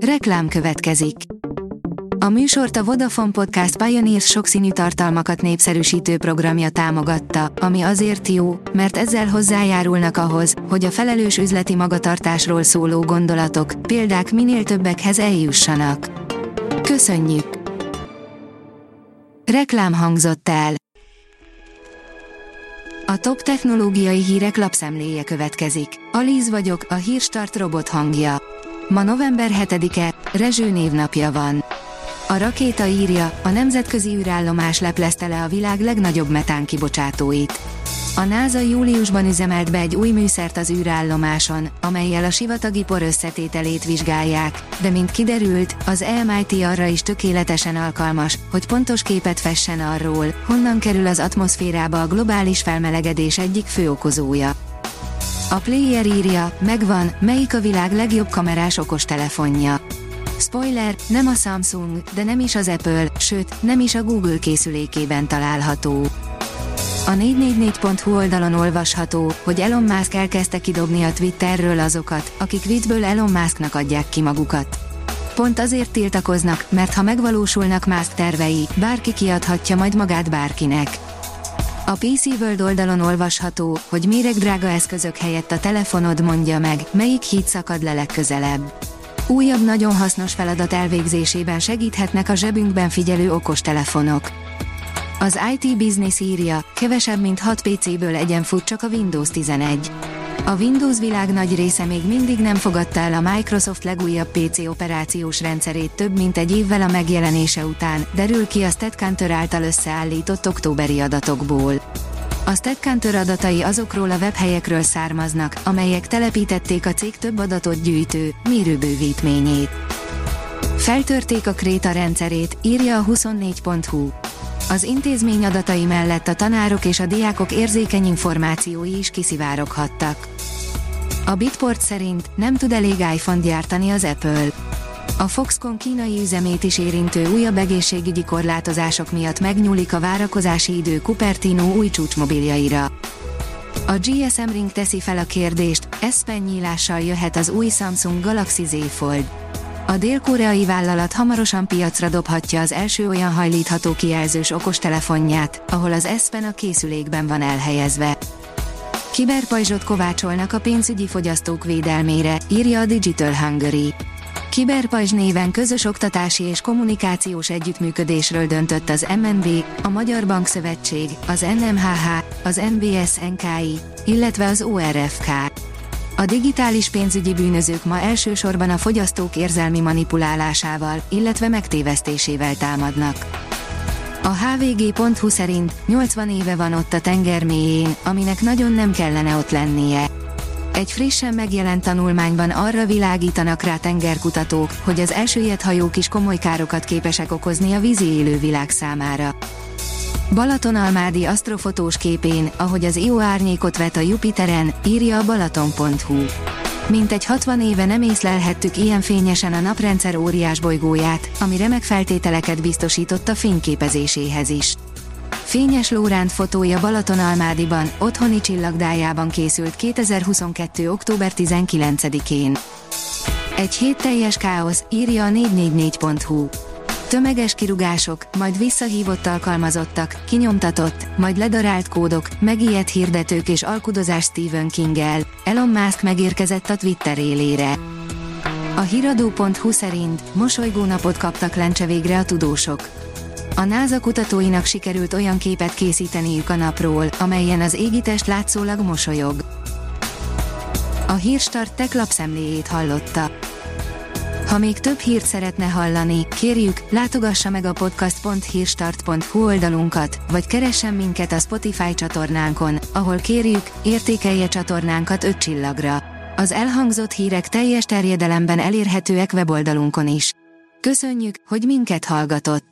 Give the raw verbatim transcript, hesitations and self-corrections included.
Reklám következik. A műsort a Vodafone Podcast Pioneers sokszínű tartalmakat népszerűsítő programja támogatta, ami azért jó, mert ezzel hozzájárulnak ahhoz, hogy a felelős üzleti magatartásról szóló gondolatok, példák minél többekhez eljussanak. Köszönjük! Reklám hangzott el. A top technológiai hírek lapszemléje következik. Alíz vagyok, a Hírstart robot hangja. Ma november hetedike, Rezső névnapja van. A Rakéta írja, a nemzetközi űrállomás leplezte le a világ legnagyobb metán kibocsátóit. A NASA júliusban üzemelt be egy új műszert az űrállomáson, amellyel a sivatagi por összetételét vizsgálják, de mint kiderült, az em i té arra is tökéletesen alkalmas, hogy pontos képet fessen arról, honnan kerül az atmoszférába a globális felmelegedés egyik fő okozója. A Player írja, megvan, melyik a világ legjobb kamerás okostelefonja. Spoiler, nem a Samsung, de nem is az Apple, sőt, nem is a Google készülékében található. A négy négy négy pont hu oldalon olvasható, hogy Elon Musk elkezdte kidobni a Twitterről azokat, akik viccből Elon Musknak adják ki magukat. Pont azért tiltakoznak, mert ha megvalósulnak Musk tervei, bárki kiadhatja majd magát bárkinek. A pé cé World oldalon olvasható, hogy méregdrága eszközök helyett a telefonod mondja meg, melyik híd szakad le legközelebb. Újabb nagyon hasznos feladat elvégzésében segíthetnek a zsebünkben figyelő okostelefonok. Az i té Business írja, kevesebb mint hat pé céből egyen fut csak a Windows tizenegy. A Windows világ nagy része még mindig nem fogadta el a Microsoft legújabb pé cé operációs rendszerét több mint egy évvel a megjelenése után, derül ki a StatCounter által összeállított októberi adatokból. A StatCounter adatai azokról a webhelyekről származnak, amelyek telepítették a cég több adatot gyűjtő, mérőbővítményét. Feltörték a Kréta rendszerét, írja a huszonnégy pont hu. Az intézmény adatai mellett a tanárok és a diákok érzékeny információi is kiszivároghattak. A Bitport szerint nem tud elég iPhone-t gyártani az Apple. A Foxconn kínai üzemét is érintő újabb egészségügyi korlátozások miatt megnyúlik a várakozási idő Cupertino új csúcsmobiljaira. A gé es em Ring teszi fel a kérdést, S Pen nyílással jöhet az új Samsung Galaxy Z Fold. A dél-koreai vállalat hamarosan piacra dobhatja az első olyan hajlítható kijelzős okostelefonját, ahol az S Pen a készülékben van elhelyezve. Kiberpajzsot kovácsolnak a pénzügyi fogyasztók védelmére, írja a Digital Hungary. Kiberpajzs néven közös oktatási és kommunikációs együttműködésről döntött az em en bé, a Magyar Bankszövetség, az en em há há, az en bé es en ká i, illetve az o er ef ká. A digitális pénzügyi bűnözők ma elsősorban a fogyasztók érzelmi manipulálásával, illetve megtévesztésével támadnak. A há vé gé pont hu szerint nyolcvan éve van ott a tenger mélyén, aminek nagyon nem kellene ott lennie. Egy frissen megjelent tanulmányban arra világítanak rá tengerkutatók, hogy az elsüllyedt hajók is komoly károkat képesek okozni a vízi élővilág számára. Balatonalmádi asztrofotós képén, ahogy az Io árnyékot vet a Jupiteren, írja a balaton pont hu. Mintegy hatvan éve nem észlelhettük ilyen fényesen a naprendszer óriásbolygóját, ami remek feltételeket biztosított a fényképezéséhez is. Fényes Lóránt fotója Balatonalmádiban, otthoni csillagdájában készült kétezer-huszonkettő. október tizenkilencedikén. Egy hét teljes káosz, írja a négy négy négy pont hu. Tömeges kirugások, majd visszahívott alkalmazottak, kinyomtatott, majd ledarált kódok, megijedt hirdetők és alkudozás Stephen King-el. Elon Musk megérkezett a Twitter élére. A hiradó pont hu szerint mosolygó napot kaptak lencse végre a tudósok. A NASA kutatóinak sikerült olyan képet készíteniük a napról, amelyen az égitest látszólag mosolyog. A Hírstart tech lapszemléjét hallotta. Ha még több hírt szeretne hallani, kérjük, látogassa meg a podcast pont hírstart pont hu oldalunkat, vagy keressen minket a Spotify csatornánkon, ahol kérjük, értékelje csatornánkat öt csillagra. Az elhangzott hírek teljes terjedelemben elérhetőek weboldalunkon is. Köszönjük, hogy minket hallgatott!